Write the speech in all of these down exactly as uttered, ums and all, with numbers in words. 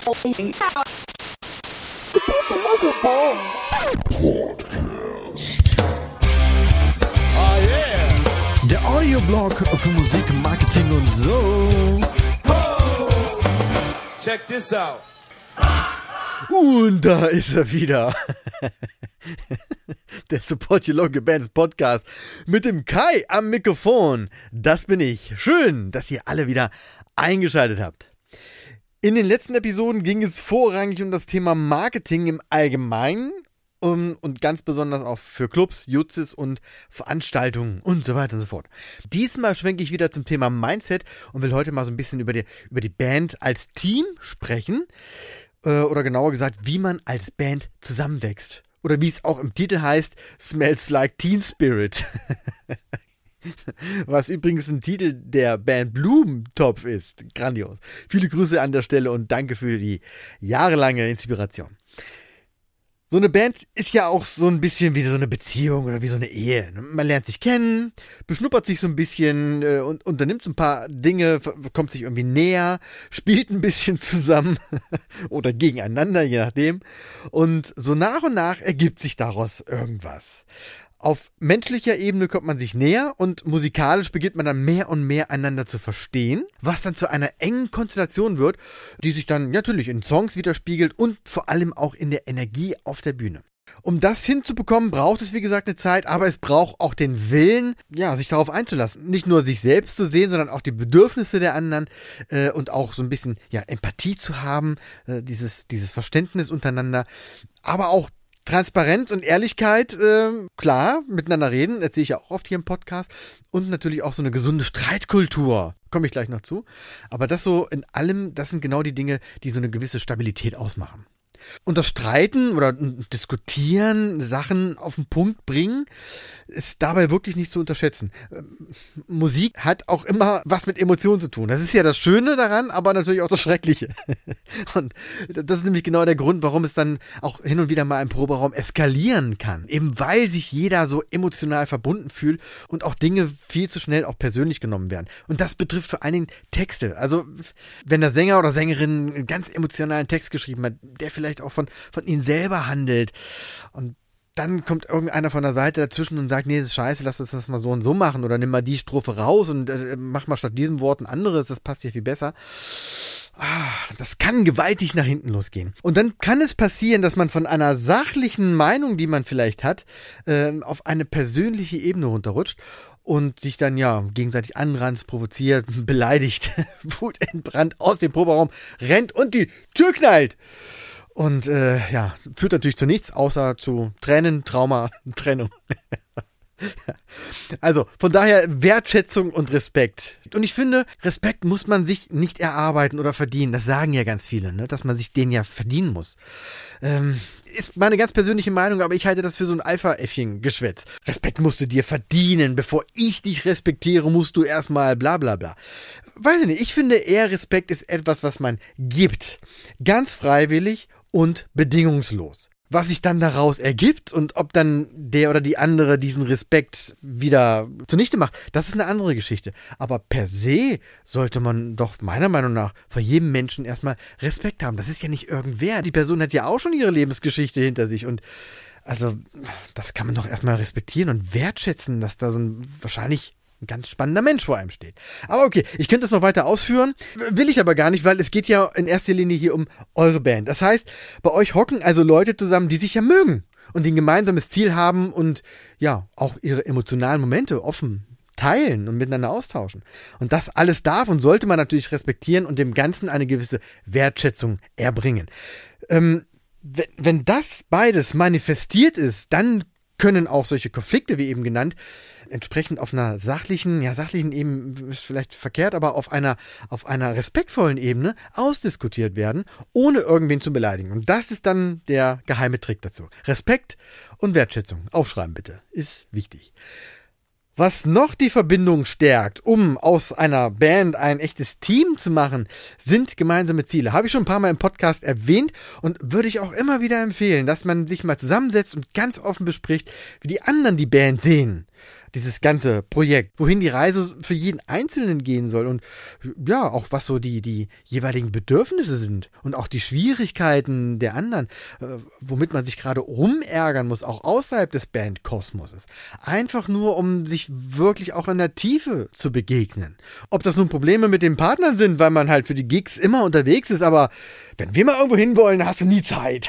Oh yeah! Der Audioblog für Musik, Marketing und so. Oh! Check this out. Und da ist er wieder. Der Support Your Local Bands Podcast mit dem Kai am Mikrofon. Das bin ich. Schön, dass ihr alle wieder eingeschaltet habt. In den letzten Episoden ging es vorrangig um das Thema Marketing im Allgemeinen um, und ganz besonders auch für Clubs, Jutzes und Veranstaltungen und so weiter und so fort. Diesmal schwenke ich wieder zum Thema Mindset und will heute mal so ein bisschen über die, über die Band als Team sprechen. Äh, oder genauer gesagt, wie man als Band zusammenwächst. Oder wie es auch im Titel heißt, Smells Like Teen Spirit. Was übrigens ein Titel der Band Blumentopf ist. Grandios. Viele Grüße an der Stelle und danke für die jahrelange Inspiration. So eine Band ist ja auch so ein bisschen wie so eine Beziehung oder wie so eine Ehe. Man lernt sich kennen, beschnuppert sich so ein bisschen äh, und unternimmt so ein paar Dinge, kommt sich irgendwie näher, spielt ein bisschen zusammen oder gegeneinander, je nachdem. Und so nach und nach ergibt sich daraus irgendwas. Auf menschlicher Ebene kommt man sich näher und musikalisch beginnt man dann mehr und mehr einander zu verstehen, was dann zu einer engen Konstellation wird, die sich dann natürlich in Songs widerspiegelt und vor allem auch in der Energie auf der Bühne. Um das hinzubekommen, braucht es wie gesagt eine Zeit, aber es braucht auch den Willen, ja, sich darauf einzulassen. Nicht nur sich selbst zu sehen, sondern auch die Bedürfnisse der anderen äh, und auch so ein bisschen ja, Empathie zu haben, äh, dieses, dieses Verständnis untereinander, aber auch Transparenz und Ehrlichkeit, äh, klar, miteinander reden, erzähle ich ja auch oft hier im Podcast. Und natürlich auch so eine gesunde Streitkultur, komme ich gleich noch zu. Aber das so in allem, das sind genau die Dinge, die so eine gewisse Stabilität ausmachen. Und das Streiten oder Diskutieren, Sachen auf den Punkt bringen, ist dabei wirklich nicht zu unterschätzen. Musik hat auch immer was mit Emotionen zu tun. Das ist ja das Schöne daran, aber natürlich auch das Schreckliche. Und das ist nämlich genau der Grund, warum es dann auch hin und wieder mal im Proberaum eskalieren kann. Eben weil sich jeder so emotional verbunden fühlt und auch Dinge viel zu schnell auch persönlich genommen werden. Und das betrifft vor allen Dingen Texte. Also wenn der Sänger oder Sängerin einen ganz emotionalen Text geschrieben hat, der vielleicht auch von, von ihnen selber handelt und dann kommt irgendeiner von der Seite dazwischen und sagt, nee, das ist scheiße, lass uns das mal so und so machen oder nimm mal die Strophe raus und äh, mach mal statt diesem Wort ein anderes, das passt hier viel besser. Ah, das kann gewaltig nach hinten losgehen. Und dann kann es passieren, dass man von einer sachlichen Meinung, die man vielleicht hat, äh, auf eine persönliche Ebene runterrutscht und sich dann ja gegenseitig anranzt, provoziert, beleidigt, wutentbrannt aus dem Proberaum rennt und die Tür knallt. Und äh, ja, führt natürlich zu nichts, außer zu Tränen, Trauma, Trennung. Also, von daher Wertschätzung und Respekt. Und ich finde, Respekt muss man sich nicht erarbeiten oder verdienen. Das sagen ja ganz viele, ne? Dass man sich den ja verdienen muss. Ähm, ist meine ganz persönliche Meinung, aber ich halte das für so ein Alpha-Äffchen-Geschwätz. Respekt musst du dir verdienen. Bevor ich dich respektiere, musst du erstmal bla bla bla. Weiß ich nicht, ich finde eher, Respekt ist etwas, was man gibt. Ganz freiwillig und bedingungslos. Was sich dann daraus ergibt und ob dann der oder die andere diesen Respekt wieder zunichte macht, das ist eine andere Geschichte. Aber per se sollte man doch meiner Meinung nach vor jedem Menschen erstmal Respekt haben. Das ist ja nicht irgendwer. Die Person hat ja auch schon ihre Lebensgeschichte hinter sich und also das kann man doch erstmal respektieren und wertschätzen, dass da so ein wahrscheinlich ein ganz spannender Mensch vor einem steht. Aber okay, ich könnte das noch weiter ausführen, will ich aber gar nicht, weil es geht ja in erster Linie hier um eure Band. Das heißt, bei euch hocken also Leute zusammen, die sich ja mögen und die ein gemeinsames Ziel haben und ja, auch ihre emotionalen Momente offen teilen und miteinander austauschen. Und das alles darf und sollte man natürlich respektieren und dem Ganzen eine gewisse Wertschätzung erbringen. Ähm, wenn, wenn das beides manifestiert ist, dann können auch solche Konflikte, wie eben genannt, entsprechend auf einer sachlichen, ja sachlichen Ebene ist vielleicht verkehrt, aber auf einer, auf einer respektvollen Ebene ausdiskutiert werden, ohne irgendwen zu beleidigen. Und das ist dann der geheime Trick dazu. Respekt und Wertschätzung. Aufschreiben bitte. Ist wichtig. Was noch die Verbindung stärkt, um aus einer Band ein echtes Team zu machen, sind gemeinsame Ziele. Habe ich schon ein paar Mal im Podcast erwähnt und würde ich auch immer wieder empfehlen, dass man sich mal zusammensetzt und ganz offen bespricht, wie die anderen die Band sehen. dieses ganze Projekt, wohin die Reise für jeden Einzelnen gehen soll und ja, auch was so die, die jeweiligen Bedürfnisse sind und auch die Schwierigkeiten der anderen, äh, womit man sich gerade rumärgern muss, auch außerhalb des Bandkosmoses. Einfach nur, um sich wirklich auch in der Tiefe zu begegnen. Ob das nun Probleme mit den Partnern sind, weil man halt für die Gigs immer unterwegs ist, aber wenn wir mal irgendwo hin wollen, hast du nie Zeit.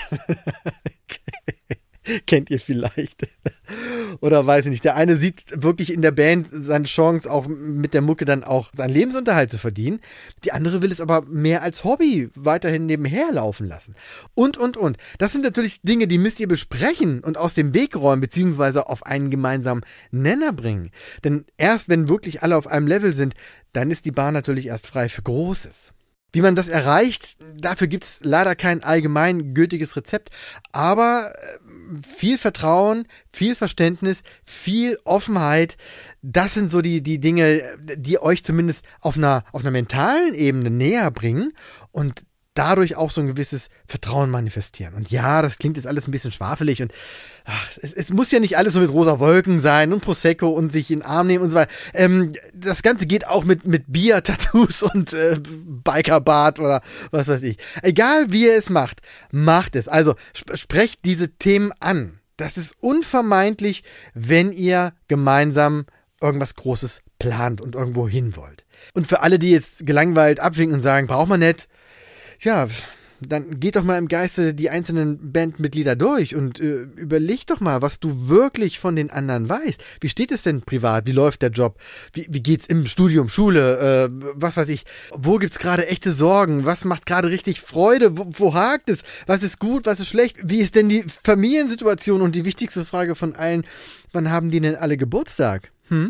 Kennt ihr vielleicht. Oder weiß ich nicht. Der eine sieht wirklich in der Band seine Chance, auch mit der Mucke dann auch seinen Lebensunterhalt zu verdienen. Die andere will es aber mehr als Hobby weiterhin nebenher laufen lassen. Und, und, und. Das sind natürlich Dinge, die müsst ihr besprechen und aus dem Weg räumen, beziehungsweise auf einen gemeinsamen Nenner bringen. Denn erst wenn wirklich alle auf einem Level sind, dann ist die Bahn natürlich erst frei für Großes. Wie man das erreicht, dafür gibt es leider kein allgemein gültiges Rezept, aber viel Vertrauen, viel Verständnis, viel Offenheit, das sind so die, die Dinge, die euch zumindest auf einer, auf einer mentalen Ebene näher bringen und dadurch auch so ein gewisses Vertrauen manifestieren. Und ja, das klingt jetzt alles ein bisschen schwafelig und ach, es, es muss ja nicht alles so mit rosa Wolken sein und Prosecco und sich in den Arm nehmen und so weiter. Ähm, das Ganze geht auch mit, mit Bier, Tattoos und äh, Bikerbart oder was weiß ich. Egal wie ihr es macht, macht es. Also sp- sprecht diese Themen an. Das ist unvermeidlich, wenn ihr gemeinsam irgendwas Großes plant und irgendwo hin wollt. Und für alle, die jetzt gelangweilt abwinken und sagen, braucht man nicht, ja, dann geht doch mal im Geiste die einzelnen Bandmitglieder durch und äh, überleg doch mal, was du wirklich von den anderen weißt. Wie steht es denn privat? Wie läuft der Job? Wie, wie geht's im Studium, Schule? Äh, was weiß ich? Wo gibt's gerade echte Sorgen? Was macht gerade richtig Freude? Wo, wo hakt es? Was ist gut? Was ist schlecht? Wie ist denn die Familiensituation? Und die wichtigste Frage von allen, wann haben die denn alle Geburtstag? Hm?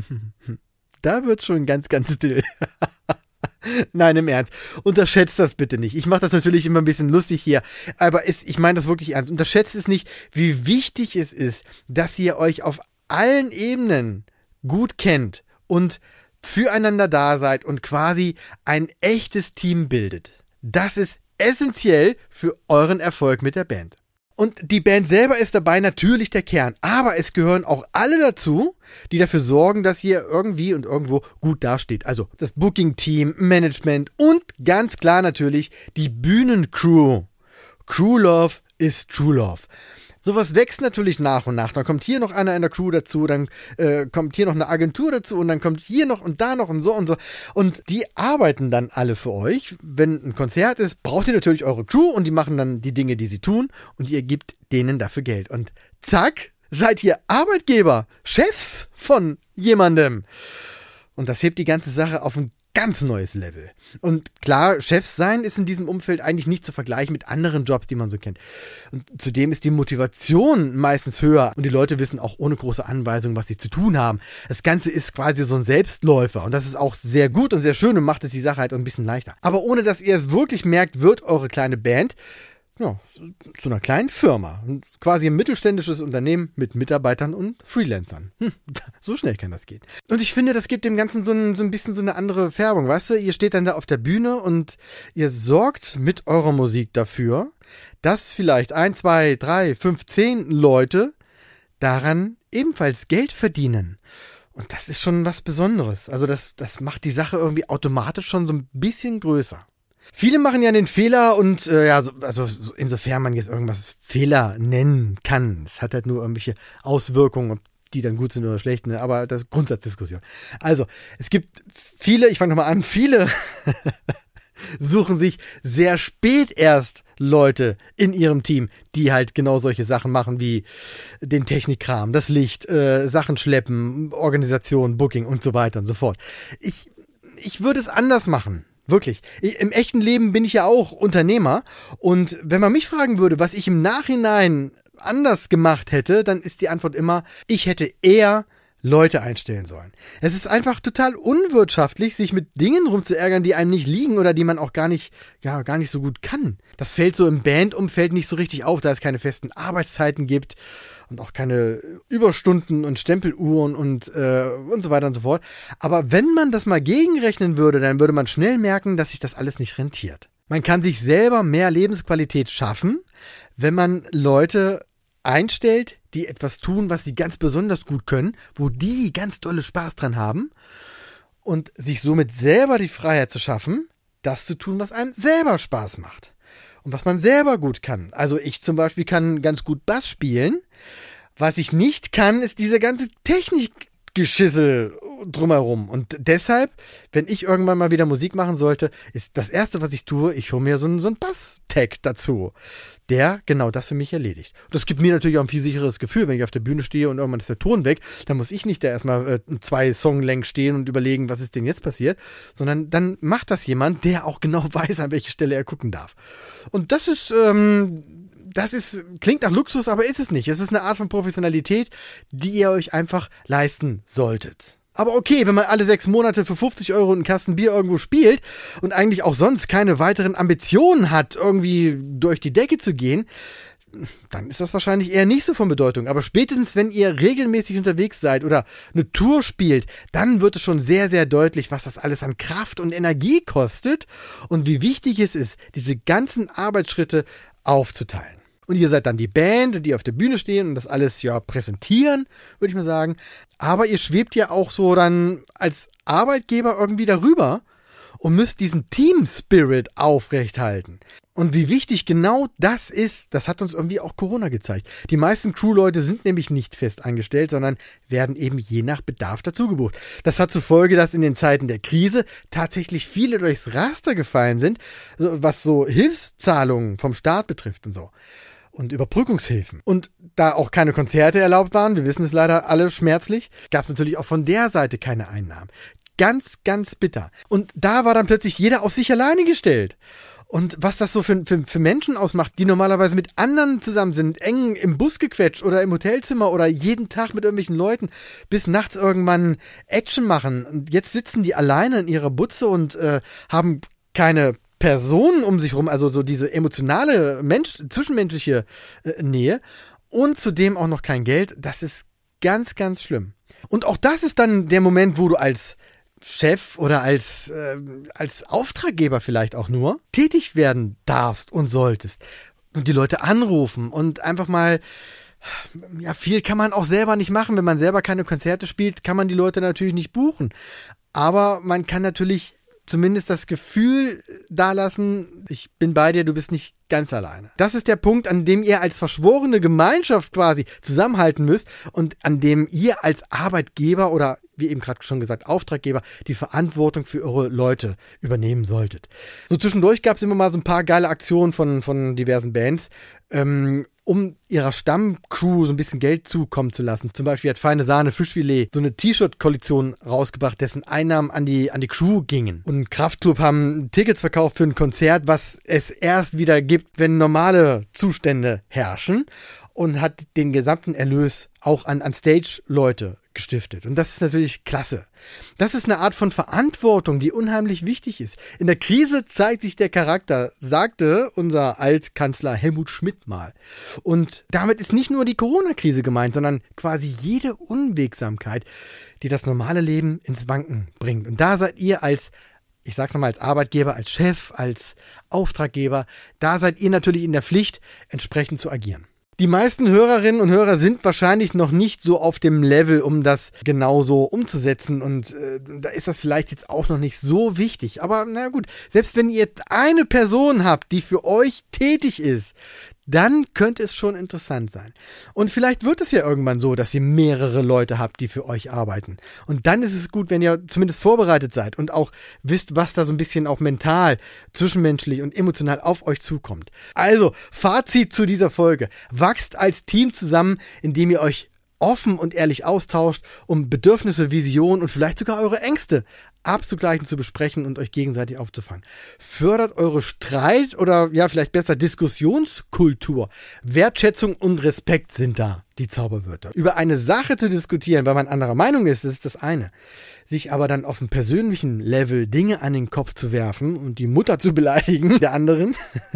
Da wird's schon ganz, ganz still. Nein, im Ernst. Unterschätzt das bitte nicht. Ich mache das natürlich immer ein bisschen lustig hier, aber es, ich meine das wirklich ernst. Unterschätzt es nicht, wie wichtig es ist, dass ihr euch auf allen Ebenen gut kennt und füreinander da seid und quasi ein echtes Team bildet. Das ist essentiell für euren Erfolg mit der Band. Und die Band selber ist dabei natürlich der Kern, aber es gehören auch alle dazu, die dafür sorgen, dass ihr irgendwie und irgendwo gut dasteht. Also das Booking-Team, Management und ganz klar natürlich die Bühnencrew. Crew Love ist True Love. Sowas wächst natürlich nach und nach. Dann kommt hier noch einer in der Crew dazu, dann äh, kommt hier noch eine Agentur dazu und dann kommt hier noch und da noch und so und so. Und die arbeiten dann alle für euch. Wenn ein Konzert ist, braucht ihr natürlich eure Crew und die machen dann die Dinge, die sie tun und ihr gebt denen dafür Geld. Und zack, seid ihr Arbeitgeber, Chefs von jemandem. Und das hebt die ganze Sache auf ein ganz neues Level. Und klar, Chefs sein ist in diesem Umfeld eigentlich nicht zu vergleichen mit anderen Jobs, die man so kennt. Und zudem ist die Motivation meistens höher und die Leute wissen auch ohne große Anweisungen, was sie zu tun haben. Das Ganze ist quasi so ein Selbstläufer und das ist auch sehr gut und sehr schön und macht es die Sache halt ein bisschen leichter. Aber ohne, dass ihr es wirklich merkt, wird eure kleine Band ja, zu einer kleinen Firma. Quasi ein mittelständisches Unternehmen mit Mitarbeitern und Freelancern. Hm, so schnell kann das gehen. Und ich finde, das gibt dem Ganzen so ein, so ein bisschen so eine andere Färbung. Weißt du, ihr steht dann da auf der Bühne und ihr sorgt mit eurer Musik dafür, dass vielleicht ein, zwei, drei, fünf, zehn Leute daran ebenfalls Geld verdienen. Und das ist schon was Besonderes. Also das, das macht die Sache irgendwie automatisch schon so ein bisschen größer. Viele machen ja den Fehler und äh, ja, so, also insofern man jetzt irgendwas Fehler nennen kann. Es hat halt nur irgendwelche Auswirkungen, ob die dann gut sind oder schlecht, ne? Aber das ist Grundsatzdiskussion. Also, es gibt viele, ich fange nochmal an, viele suchen sich sehr spät erst Leute in ihrem Team, die halt genau solche Sachen machen wie den Technikkram, das Licht, äh, Sachen schleppen, Organisation, Booking und so weiter und so fort. Ich, ich würde es anders machen. Wirklich. Ich, im echten Leben bin ich ja auch Unternehmer und wenn man mich fragen würde, was ich im Nachhinein anders gemacht hätte, dann ist die Antwort immer, ich hätte eher Leute einstellen sollen. Es ist einfach total unwirtschaftlich, sich mit Dingen rumzuärgern, die einem nicht liegen oder die man auch gar nicht, ja, gar nicht so gut kann. Das fällt so im Bandumfeld nicht so richtig auf, da es keine festen Arbeitszeiten gibt und auch keine Überstunden und Stempeluhren und, äh, und so weiter und so fort. Aber wenn man das mal gegenrechnen würde, dann würde man schnell merken, dass sich das alles nicht rentiert. Man kann sich selber mehr Lebensqualität schaffen, wenn man Leute einstellt, die etwas tun, was sie ganz besonders gut können, wo die ganz dolle Spaß dran haben und sich somit selber die Freiheit zu schaffen, das zu tun, was einem selber Spaß macht und was man selber gut kann. Also ich zum Beispiel kann ganz gut Bass spielen. Was ich nicht kann, ist diese ganze Technikgeschissel drumherum. Und deshalb, wenn ich irgendwann mal wieder Musik machen sollte, ist das Erste, was ich tue, ich hole mir so einen, so einen Bass-Tag dazu, der genau das für mich erledigt. Und das gibt mir natürlich auch ein viel sicheres Gefühl, wenn ich auf der Bühne stehe und irgendwann ist der Ton weg, dann muss ich nicht da erstmal äh, zwei Songlängen stehen und überlegen, was ist denn jetzt passiert, sondern dann macht das jemand, der auch genau weiß, an welche Stelle er gucken darf. Und das ist, ähm, das ist, klingt nach Luxus, aber ist es nicht. Es ist eine Art von Professionalität, die ihr euch einfach leisten solltet. Aber okay, wenn man alle sechs Monate für fünfzig Euro einen Kasten Bier irgendwo spielt und eigentlich auch sonst keine weiteren Ambitionen hat, irgendwie durch die Decke zu gehen, dann ist das wahrscheinlich eher nicht so von Bedeutung. Aber spätestens, wenn ihr regelmäßig unterwegs seid oder eine Tour spielt, dann wird es schon sehr, sehr deutlich, was das alles an Kraft und Energie kostet und wie wichtig es ist, diese ganzen Arbeitsschritte aufzuteilen. Und ihr seid dann die Band, die auf der Bühne stehen und das alles ja präsentieren, würde ich mal sagen. Aber ihr schwebt ja auch so dann als Arbeitgeber irgendwie darüber und müsst diesen Team-Spirit aufrechthalten. Und wie wichtig genau das ist, das hat uns irgendwie auch Corona gezeigt. Die meisten Crewleute sind nämlich nicht fest angestellt, sondern werden eben je nach Bedarf dazugebucht. Das hat zur Folge, dass in den Zeiten der Krise tatsächlich viele durchs Raster gefallen sind, was so Hilfszahlungen vom Staat betrifft und so. Und Überbrückungshilfen. Und da auch keine Konzerte erlaubt waren, wir wissen es leider alle schmerzlich, gab es natürlich auch von der Seite keine Einnahmen. Ganz, ganz bitter. Und da war dann plötzlich jeder auf sich alleine gestellt. Und was das so für, für, für Menschen ausmacht, die normalerweise mit anderen zusammen sind, eng im Bus gequetscht oder im Hotelzimmer oder jeden Tag mit irgendwelchen Leuten bis nachts irgendwann Action machen. Und jetzt sitzen die alleine in ihrer Butze und äh, haben keine Personen um sich rum, also so diese emotionale, Mensch, zwischenmenschliche äh, Nähe und zudem auch noch kein Geld, das ist ganz, ganz schlimm. Und auch das ist dann der Moment, wo du als Chef oder als, äh, als Auftraggeber vielleicht auch nur tätig werden darfst und solltest und die Leute anrufen und einfach mal, ja, viel kann man auch selber nicht machen, wenn man selber keine Konzerte spielt, kann man die Leute natürlich nicht buchen, aber man kann natürlich zumindest das Gefühl dalassen, ich bin bei dir, du bist nicht ganz alleine. Das ist der Punkt, an dem ihr als verschworene Gemeinschaft quasi zusammenhalten müsst und an dem ihr als Arbeitgeber oder wie eben gerade schon gesagt, Auftraggeber, die Verantwortung für eure Leute übernehmen solltet. So zwischendurch gab es immer mal so ein paar geile Aktionen von, von diversen Bands, ähm, um ihrer Stammcrew so ein bisschen Geld zukommen zu lassen. Zum Beispiel hat Feine Sahne Fischfilet so eine T-Shirt-Kollektion rausgebracht, dessen Einnahmen an die, an die Crew gingen. Und Kraftklub haben Tickets verkauft für ein Konzert, was es erst wieder gibt, wenn normale Zustände herrschen, und hat den gesamten Erlös auch an, an Stage-Leute gestiftet. Und das ist natürlich klasse. Das ist eine Art von Verantwortung, die unheimlich wichtig ist. In der Krise zeigt sich der Charakter, sagte unser Altkanzler Helmut Schmidt mal. Und damit ist nicht nur die Corona-Krise gemeint, sondern quasi jede Unwegsamkeit, die das normale Leben ins Wanken bringt. Und da seid ihr als, ich sag's nochmal, als Arbeitgeber, als Chef, als Auftraggeber, da seid ihr natürlich in der Pflicht, entsprechend zu agieren. Die meisten Hörerinnen und Hörer sind wahrscheinlich noch nicht so auf dem Level, um das genauso umzusetzen, und äh, da ist das vielleicht jetzt auch noch nicht so wichtig. Aber na gut, selbst wenn ihr eine Person habt, die für euch tätig ist, dann könnte es schon interessant sein. Und vielleicht wird es ja irgendwann so, dass ihr mehrere Leute habt, die für euch arbeiten. Und dann ist es gut, wenn ihr zumindest vorbereitet seid und auch wisst, was da so ein bisschen auch mental, zwischenmenschlich und emotional auf euch zukommt. Also, Fazit zu dieser Folge. Wachst als Team zusammen, indem ihr euch offen und ehrlich austauscht, um Bedürfnisse, Visionen und vielleicht sogar eure Ängste abzugleichen, zu besprechen und euch gegenseitig aufzufangen. Fördert eure Streit- oder ja, vielleicht besser Diskussionskultur. Wertschätzung und Respekt sind da die Zauberwörter. Über eine Sache zu diskutieren, weil man anderer Meinung ist, das ist das eine. Sich aber dann auf einem persönlichen Level Dinge an den Kopf zu werfen und die Mutter zu beleidigen der anderen,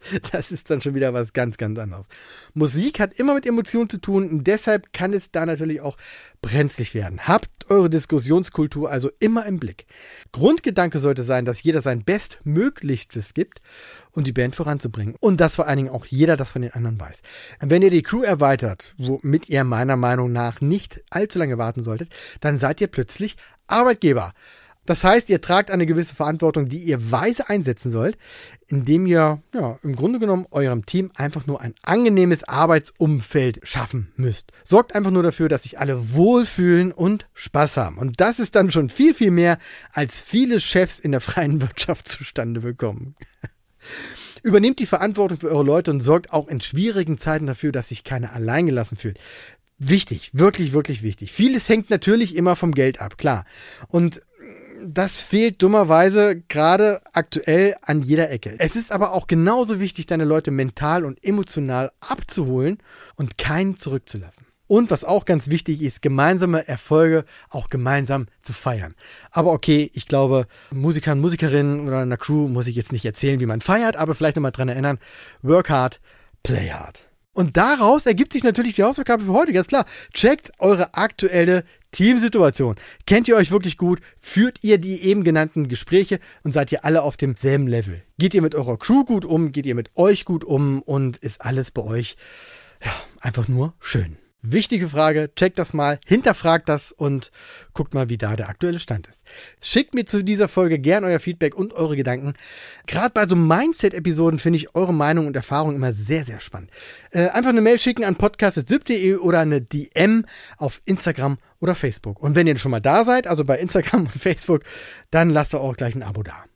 das ist dann schon wieder was ganz, ganz anderes. Musik hat immer mit Emotionen zu tun und deshalb kann es da natürlich auch brenzlig werden. Habt eure Diskussionskultur also immer im Blick. Grundgedanke sollte sein, dass jeder sein Bestmöglichstes gibt, um die Band voranzubringen. Und dass vor allen Dingen auch jeder das von den anderen weiß. Wenn ihr die Crew erweitert, womit ihr meiner Meinung nach nicht allzu lange warten solltet, dann seid ihr plötzlich Arbeitgeber. Das heißt, ihr tragt eine gewisse Verantwortung, die ihr weise einsetzen sollt, indem ihr ja, im Grunde genommen eurem Team einfach nur ein angenehmes Arbeitsumfeld schaffen müsst. Sorgt einfach nur dafür, dass sich alle wohlfühlen und Spaß haben. Und das ist dann schon viel, viel mehr, als viele Chefs in der freien Wirtschaft zustande bekommen. Übernehmt die Verantwortung für eure Leute und sorgt auch in schwierigen Zeiten dafür, dass sich keiner alleingelassen fühlt. Wichtig, wirklich, wirklich wichtig. Vieles hängt natürlich immer vom Geld ab, klar. Und das fehlt dummerweise gerade aktuell an jeder Ecke. Es ist aber auch genauso wichtig, deine Leute mental und emotional abzuholen und keinen zurückzulassen. Und was auch ganz wichtig ist, gemeinsame Erfolge auch gemeinsam zu feiern. Aber okay, ich glaube, Musikern, Musikerinnen oder einer Crew muss ich jetzt nicht erzählen, wie man feiert, aber vielleicht nochmal dran erinnern, work hard, play hard. Und daraus ergibt sich natürlich die Hausaufgabe für heute, ganz klar. Checkt eure aktuelle Teamsituation. Kennt ihr euch wirklich gut? Führt ihr die eben genannten Gespräche und seid ihr alle auf demselben Level? Geht ihr mit eurer Crew gut um? Geht ihr mit euch gut um? Und ist alles bei euch ja, einfach nur schön? Wichtige Frage, checkt das mal, hinterfragt das und guckt mal, wie da der aktuelle Stand ist. Schickt mir zu dieser Folge gern euer Feedback und eure Gedanken. Gerade bei so Mindset-Episoden finde ich eure Meinung und Erfahrung immer sehr, sehr spannend. Äh, einfach eine Mail schicken an podcast punkt sip punkt de oder eine D M auf Instagram oder Facebook. Und wenn ihr schon mal da seid, also bei Instagram und Facebook, dann lasst doch auch gleich ein Abo da.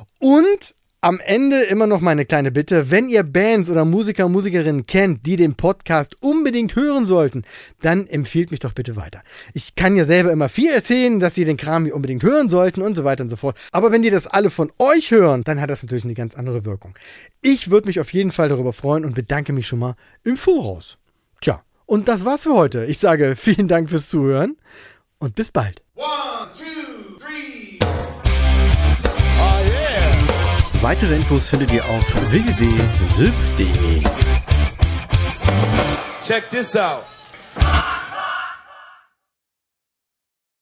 Und am Ende immer noch meine kleine Bitte, wenn ihr Bands oder Musiker und Musikerinnen kennt, die den Podcast unbedingt hören sollten, dann empfiehlt mich doch bitte weiter. Ich kann ja selber immer viel erzählen, dass sie den Kram hier unbedingt hören sollten und so weiter und so fort. Aber wenn die das alle von euch hören, dann hat das natürlich eine ganz andere Wirkung. Ich würde mich auf jeden Fall darüber freuen und bedanke mich schon mal im Voraus. Tja, und das war's für heute. Ich sage vielen Dank fürs Zuhören und bis bald. One, two, three. Oh yeah. Weitere Infos findet ihr auf w w w punkt sip punkt de. Check this out.